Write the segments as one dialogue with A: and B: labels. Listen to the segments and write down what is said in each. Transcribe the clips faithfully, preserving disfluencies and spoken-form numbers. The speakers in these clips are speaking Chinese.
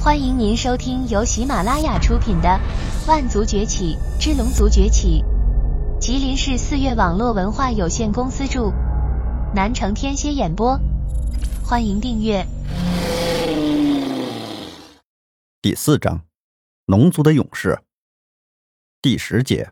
A: 欢迎您收听由喜马拉雅出品的《万族崛起之龙族崛起》，吉林市四月网络文化有限公司著，南城天蝎演播。欢迎订阅。
B: 第四章，龙族的勇士，第十节。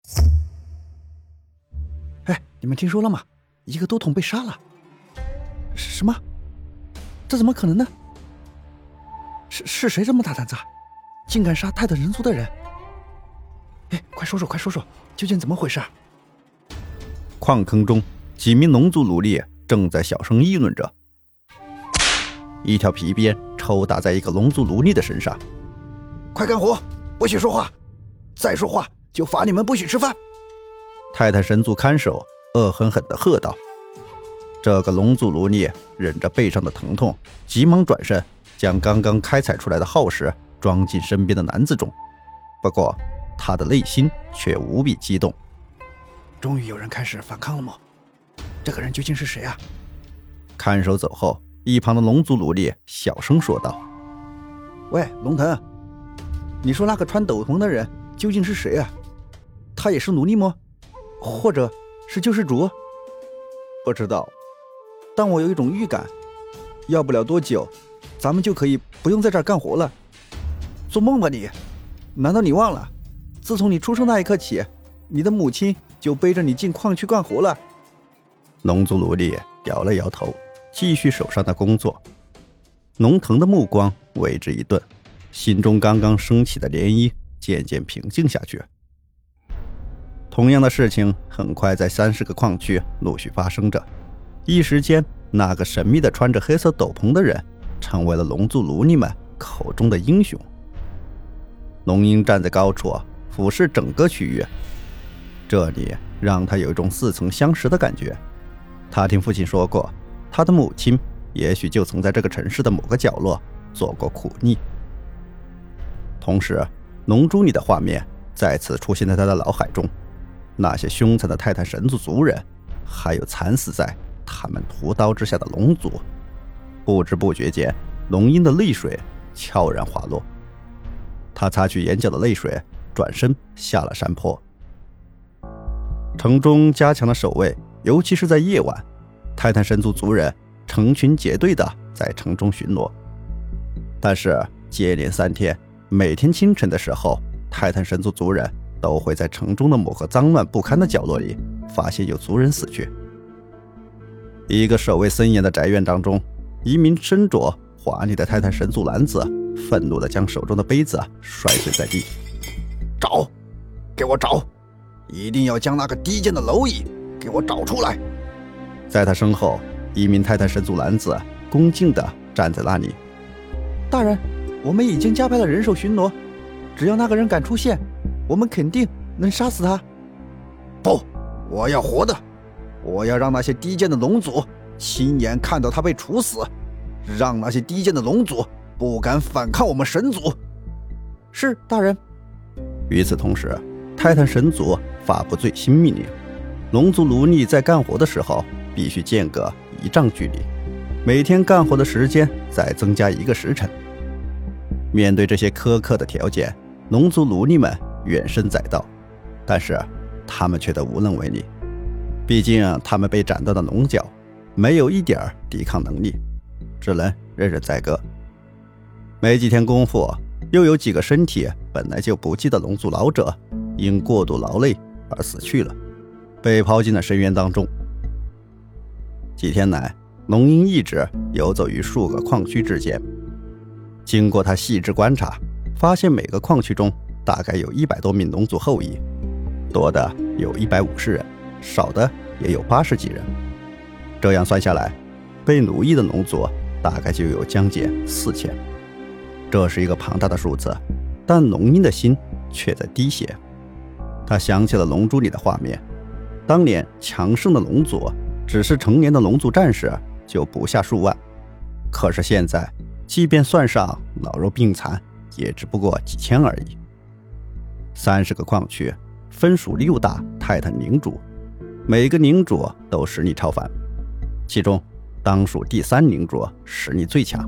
C: 哎，你们听说了吗？一个都统被杀了。什么？这怎么可能呢？是是谁这么大胆子，竟敢杀泰坦人族的人？哎，快说说，快说说，究竟怎么回事？
B: 矿坑中，几名龙族奴隶正在小声议论着。一条皮鞭抽打在一个龙族奴隶的身上。
C: 快干活，不许说话，再说话就罚你们不许吃饭。
B: 泰坦神族看守恶狠狠地喝道。这个龙族奴隶忍着背上的疼痛，急忙转身，将刚刚开采出来的耗石装进身边的篮子中。不过他的内心却无比激动。
C: 终于有人开始反抗了吗？这个人究竟是谁啊？
B: 看守走后，一旁的龙族奴隶小声说道：
C: 喂，龙腾，你说那个穿斗篷的人究竟是谁啊？他也是奴隶吗？或者是救世主？不知道，但我有一种预感，要不了多久咱们就可以不用在这儿干活了。做梦吧你！难道你忘了，自从你出生那一刻起，你的母亲就背着你进矿区干活了？
B: 龙族奴隶摇了摇头，继续手上的工作。龙腾的目光为之一顿，心中刚刚升起的涟漪渐渐平静下去。同样的事情很快在三十个矿区陆续发生着，一时间那个神秘的穿着黑色斗篷的人成为了龙族奴隶们口中的英雄。龙鹰站在高处俯视整个区域，这里让他有一种似曾相识的感觉。他听父亲说过，他的母亲也许就曾在这个城市的某个角落做过苦力。同时，龙珠里的画面再次出现在他的脑海中，那些凶残的泰坦神族族人，还有惨死在他们屠刀之下的龙族。不知不觉间，龙鹰的泪水悄然滑落。他擦去眼角的泪水，转身下了山坡。城中加强了守卫，尤其是在夜晚，泰坦神族族人成群结队的在城中巡逻。但是接连三天，每天清晨的时候，泰坦神族族人都会在城中的某个脏乱不堪的角落里发现有族人死去。一个守卫森严的宅院当中，一名身着华丽的泰坦神族男子愤怒地将手中的杯子摔碎在地。
C: 找，给我找，一定要将那个低贱的蝼蚁给我找出来。
B: 在他身后，一名泰坦神族男子恭敬地站在那里。
C: 大人，我们已经加派了人手巡逻，只要那个人敢出现，我们肯定能杀死他。不，我要活的，我要让那些低贱的龙族亲眼看到他被处死，让那些低贱的龙族不敢反抗我们神族。是，大人。
B: 与此同时，泰坦神族发布最新命令，龙族奴隶在干活的时候必须间隔一丈距离，每天干活的时间再增加一个时辰。面对这些苛刻的条件，龙族奴隶们怨声载道，但是他们却都无能为力。毕竟他们被斩断的龙角，没有一点抵抗能力，只能任人宰割。没几天功夫，又有几个身体本来就不济的龙族老者因过度劳累而死去了，被抛进了深渊当中。几天来，龙鹰一直游走于数个矿区之间。经过他细致观察，发现每个矿区中大概有一百多名龙族后裔，多的有一百五十人，少的也有八十几人。这样算下来，被奴役的龙族大概就有将近四千。这是一个庞大的数字，但龙鹰的心却在滴血。他想起了龙珠里的画面，当年强盛的龙族，只是成年的龙族战士就不下数万，可是现在即便算上老弱病残，也只不过几千而已。三十个矿区分属六大泰坦领主，每个领主都实力超凡，其中当属第三领主实力最强，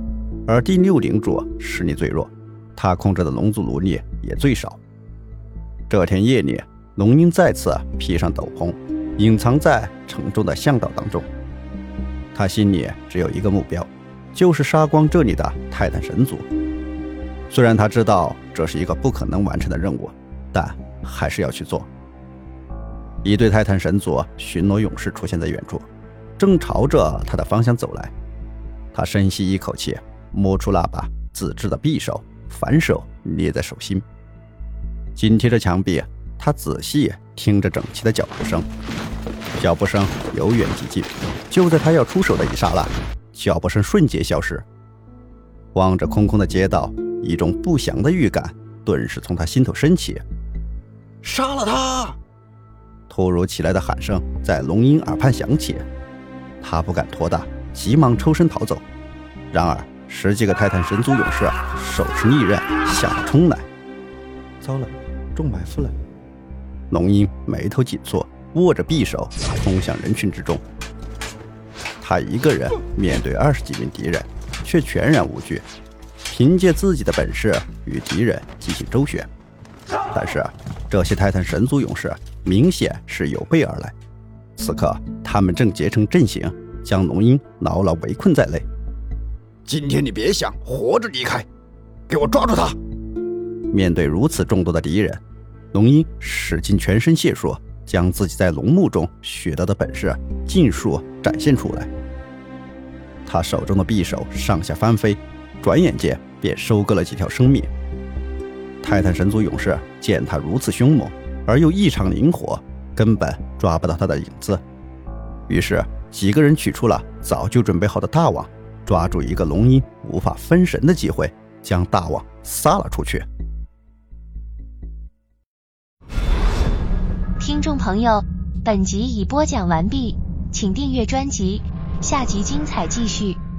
B: 而第六领主实力最弱，他控制的龙族奴隶也最少。这天夜里，龙鹰再次披上斗篷，隐藏在城中的向导当中。他心里只有一个目标，就是杀光这里的泰坦神族。虽然他知道这是一个不可能完成的任务，但还是要去做。一队泰坦神族巡逻勇士出现在远处，正朝着他的方向走来。他深吸一口气，摸出那把自制的匕首，反手捏在手心。紧贴着墙壁，他仔细听着整齐的脚步声，脚步声由远及近。就在他要出手的一刹那，脚步声瞬间消失。望着空空的街道，一种不祥的预感顿时从他心头升起。
C: 杀了他！
B: 突如其来的喊声在龙鹰耳畔响起，他不敢拖大，急忙抽身逃走。然而十几个泰坦神族勇士手持利刃向他冲来。
C: 糟了，中埋伏了！
B: 龙鹰眉头紧锁，握着匕首冲向人群之中。他一个人面对二十几名敌人，却全然无惧，凭借自己的本事与敌人进行周旋。但是这些泰坦神族勇士明显是有备而来，此刻他们正结成阵型，将龙鹰牢牢围困在内。
C: 今天你别想活着离开，给我抓住他！
B: 面对如此众多的敌人，龙鹰使尽全身解数，将自己在龙墓中学到的本事尽数展现出来。他手中的匕首上下翻飞，转眼间便收割了几条生命。泰坦神族勇士见他如此凶猛，而又异常灵活，根本抓不到他的影子。于是几个人取出了早就准备好的大网，抓住一个龙鹰无法分神的机会，将大网撒了出去。
A: 听众朋友，本集已播讲完毕，请订阅专辑，下集精彩继续。